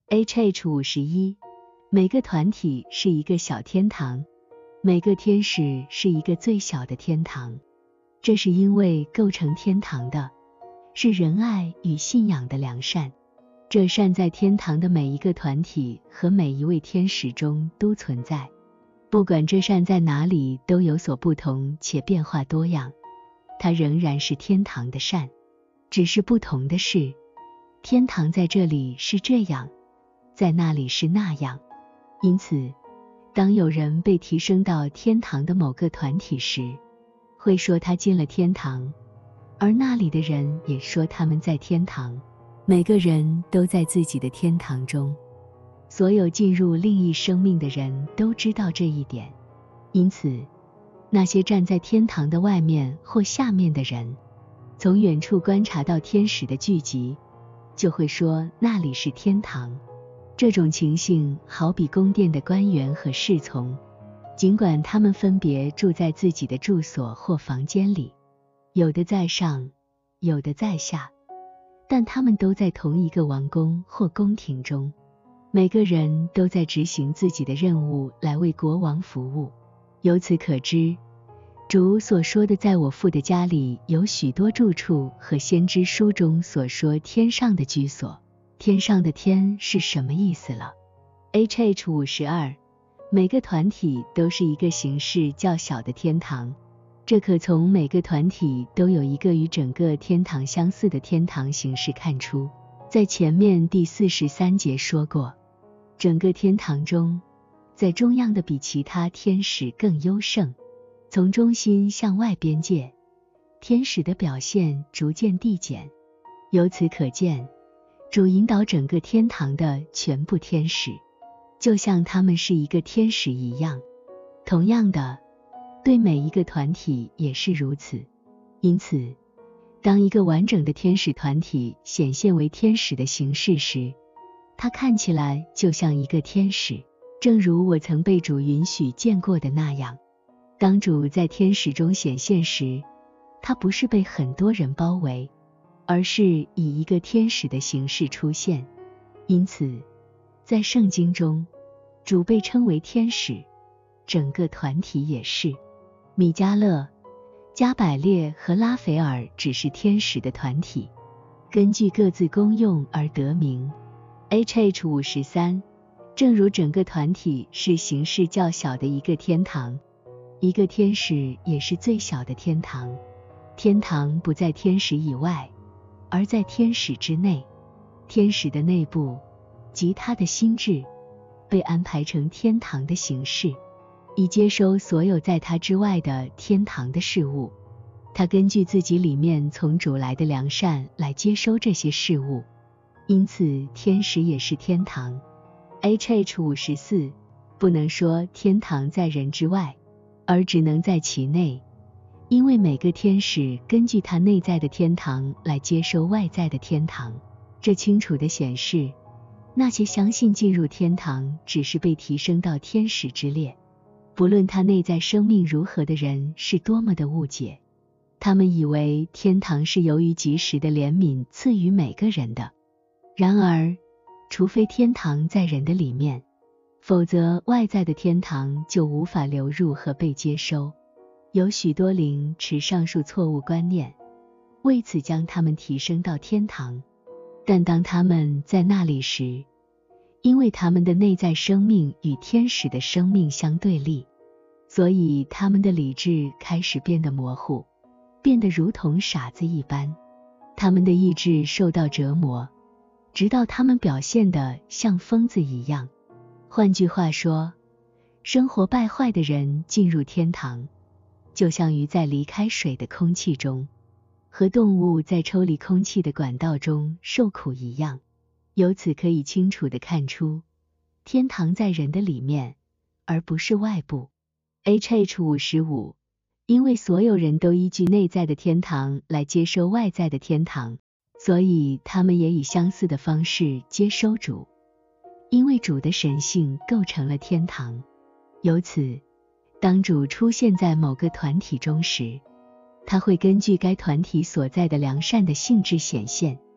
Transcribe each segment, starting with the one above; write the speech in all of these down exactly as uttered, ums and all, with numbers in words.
H H 五十一，每个团体是一个小天堂，每个天使是一个最小的天堂。这是因为构成天堂的是仁爱与信仰的良善，这善在天堂的每一个团体和每一位天使中都存在，不管这善在哪里都有所不同且变化多样，它仍然是天堂的善，只是不同的是，天堂在这里是这样，在那里是那样。因此，当有人被提升到天堂的某个团体时，会说他进了天堂，而那里的人也说他们在天堂。每个人都在自己的天堂中，所有进入另一生命的人都知道这一点。因此，那些站在天堂的外面或下面的人，从远处观察到天使的聚集，就会说那里是天堂。这种情形好比宫殿的官员和侍从，尽管他们分别住在自己的住所或房间里，有的在上，有的在下，但他们都在同一个王宫或宫廷中，每个人都在执行自己的任务来为国王服务。由此可知，主所说的在我父的家里有许多住处和先知书中所说天上的居所，天上的天是什么意思了。 H H 五十二，每个团体都是一个形式较小的天堂，这可从每个团体都有一个与整个天堂相似的天堂形式看出。在前面第四十三节说过，整个天堂中，在中央的比其他天使更优胜，从中心向外边界，天使的表现逐渐递减。由此可见，主引导整个天堂的全部天使，就像他们是一个天使一样。同样的，对每一个团体也是如此。因此，当一个完整的天使团体显现为天使的形式时，它看起来就像一个天使，正如我曾被主允许见过的那样。当主在天使中显现时，他不是被很多人包围，而是以一个天使的形式出现。因此，在圣经中，主被称为天使，整个团体也是。米迦勒、加百列和拉斐尔只是天使的团体，根据各自功用而得名。 H H 五十三，正如整个团体是形式较小的一个天堂，一个天使也是最小的天堂。天堂不在天使以外，而在天使之内。天使的内部及他的心智被安排成天堂的形式，以接收所有在他之外的天堂的事物。他根据自己里面从主来的良善来接收这些事物，因此天使也是天堂。 H H 五十四，不能说天堂在人之外，而只能在其内，因为每个天使根据他内在的天堂来接收外在的天堂。这清楚地显示，那些相信进入天堂只是被提升到天使之列，不论他内在生命如何的人是多么的误解。他们以为天堂是由于及时的怜悯赐予每个人的。然而，除非天堂在人的里面，否则外在的天堂就无法流入和被接收。有许多灵持上述错误观念，为此将他们提升到天堂。但当他们在那里时，因为他们的内在生命与天使的生命相对立，所以他们的理智开始变得模糊，变得如同傻子一般。他们的意志受到折磨，直到他们表现得像疯子一样。换句话说，生活败坏的人进入天堂，就像鱼在离开水的空气中，和动物在抽离空气的管道中受苦一样。由此可以清楚地看出，天堂在人的里面，而不是外部。 H H 五十五，因为所有人都依据内在的天堂来接收外在的天堂，所以他们也以相似的方式接收主，因为主的神性构成了天堂。由此，当主出现在某个团体中时，他会根据该团体所在的良善的性质显现，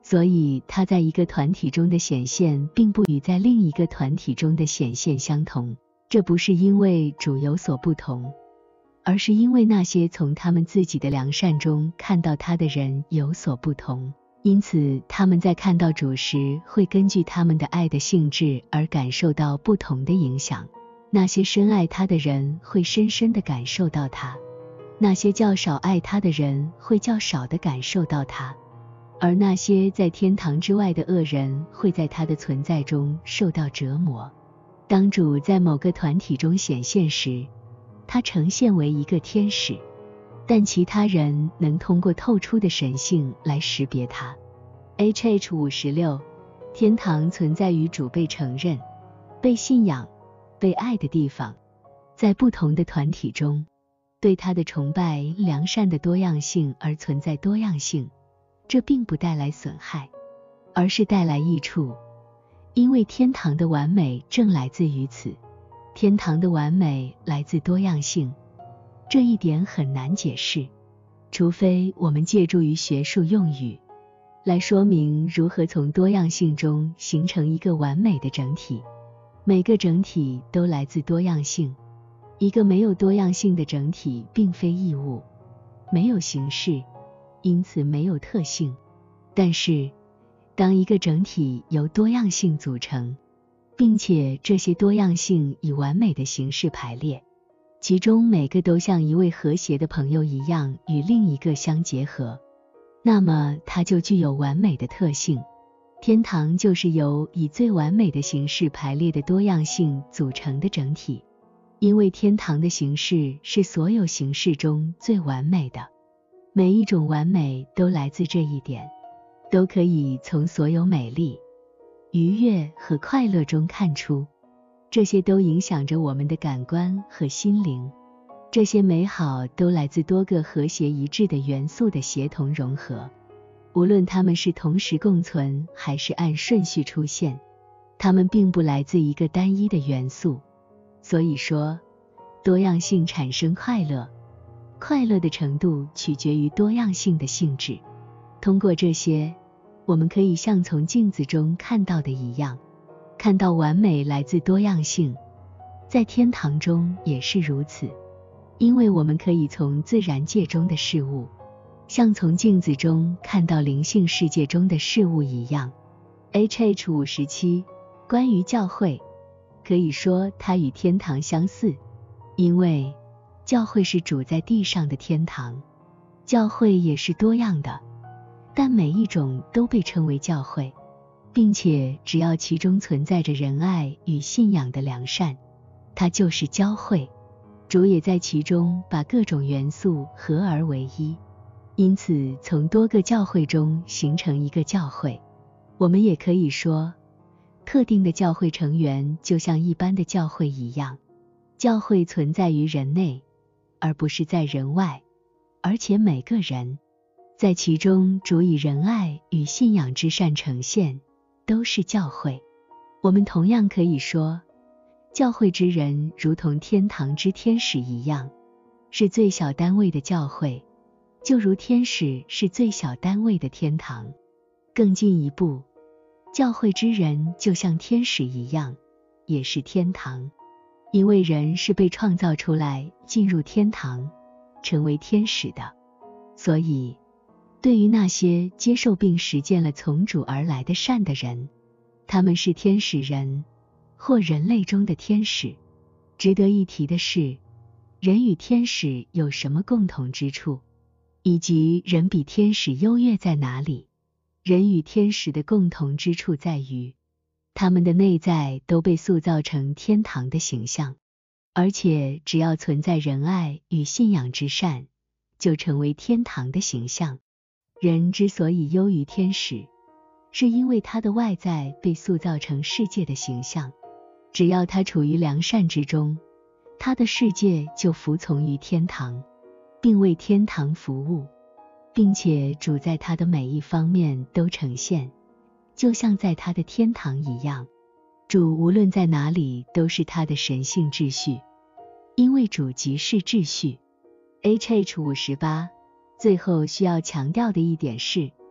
所以它在一个团体中的显现并不与在另一个团体中的显现相同，这不是因为主有所不同，而是因为那些从他们自己的良善中看到他的人有所不同，因此他们在看到主时会根据他们的爱的性质而感受到不同的影响。那些深爱他的人会深深地感受到他，那些较少爱他的人会较少地感受到他，而那些在天堂之外的恶人会在他的存在中受到折磨。当主在某个团体中显现时，他呈现为一个天使，但其他人能通过透出的神性来识别他。H H 五十六，天堂存在于主被承认、被信仰、被爱的地方。在不同的团体中，对他的崇拜良善的多样性而存在多样性，这并不带来损害，而是带来益处，因为天堂的完美正来自于此。天堂的完美来自多样性，这一点很难解释，除非我们借助于学术用语来说明如何从多样性中形成一个完美的整体。每个整体都来自多样性，一个没有多样性的整体并非异物，没有形式，因此没有特性。但是当一个整体由多样性组成，并且这些多样性以完美的形式排列，其中每个都像一位和谐的朋友一样与另一个相结合，那么它就具有完美的特性。天堂就是由以最完美的形式排列的多样性组成的整体，因为天堂的形式是所有形式中最完美的，每一种完美都来自这一点，都可以从所有美丽、愉悦和快乐中看出，这些都影响着我们的感官和心灵。这些美好都来自多个和谐一致的元素的协同融合，无论它们是同时共存还是按顺序出现，它们并不来自一个单一的元素。所以说，多样性产生快乐，快乐的程度取决于多样性的性质。通过这些，我们可以像从镜子中看到的一样，看到完美来自多样性。在天堂中也是如此，因为我们可以从自然界中的事物，像从镜子中看到灵性世界中的事物一样。H H 五十七，关于教会，可以说它与天堂相似，因为教会是主在地上的天堂，教会也是多样的，但每一种都被称为教会，并且只要其中存在着仁爱与信仰的良善，它就是教会。主也在其中把各种元素合而为一，因此从多个教会中形成一个教会。我们也可以说，特定的教会成员就像一般的教会一样，教会存在于人内，而不是在人外，而且每个人在其中主以仁爱与信仰之善呈现，都是教会。我们同样可以说，教会之人如同天堂之天使一样，是最小单位的教会，就如天使是最小单位的天堂。更进一步，教会之人就像天使一样，也是天堂，因为人是被创造出来进入天堂，成为天使的。所以对于那些接受并实践了从主而来的善的人，他们是天使人，或人类中的天使。值得一提的是，人与天使有什么共同之处，以及人比天使优越在哪里。人与天使的共同之处在于，他们的内在都被塑造成天堂的形象，而且只要存在仁爱与信仰之善，就成为天堂的形象。人之所以优于天使，是因为他的外在被塑造成世界的形象，只要他处于良善之中，他的世界就服从于天堂，并为天堂服务，并且主在他的每一方面都呈现，就像在他的天堂一样。主无论在哪里都是他的神性秩序，因为主即是秩序。H H 五十八，最后需要强调的一点是，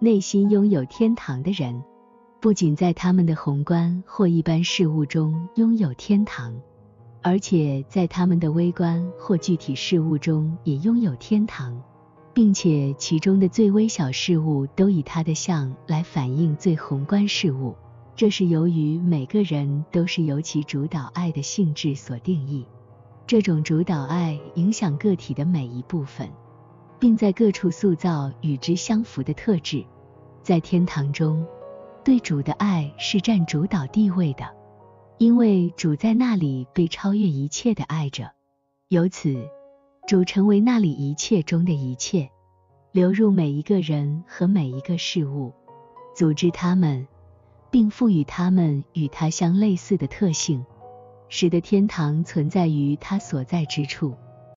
内心拥有天堂的人，不仅在他们的宏观或一般事物中拥有天堂，而且在他们的微观或具体事物中也拥有天堂，并且其中的最微小事物都以他的像来反映最宏观事物。这是由于每个人都是由其主导爱的性质所定义，这种主导爱影响个体的每一部分，并在各处塑造与之相符的特质。在天堂中，对主的爱是占主导地位的，因为主在那里被超越一切的爱着，由此主成为那里一切中的一切，流入每一个人和每一个事物，组织它们，并赋予它们与它相类似的特性，使得天堂存在于它所在之处。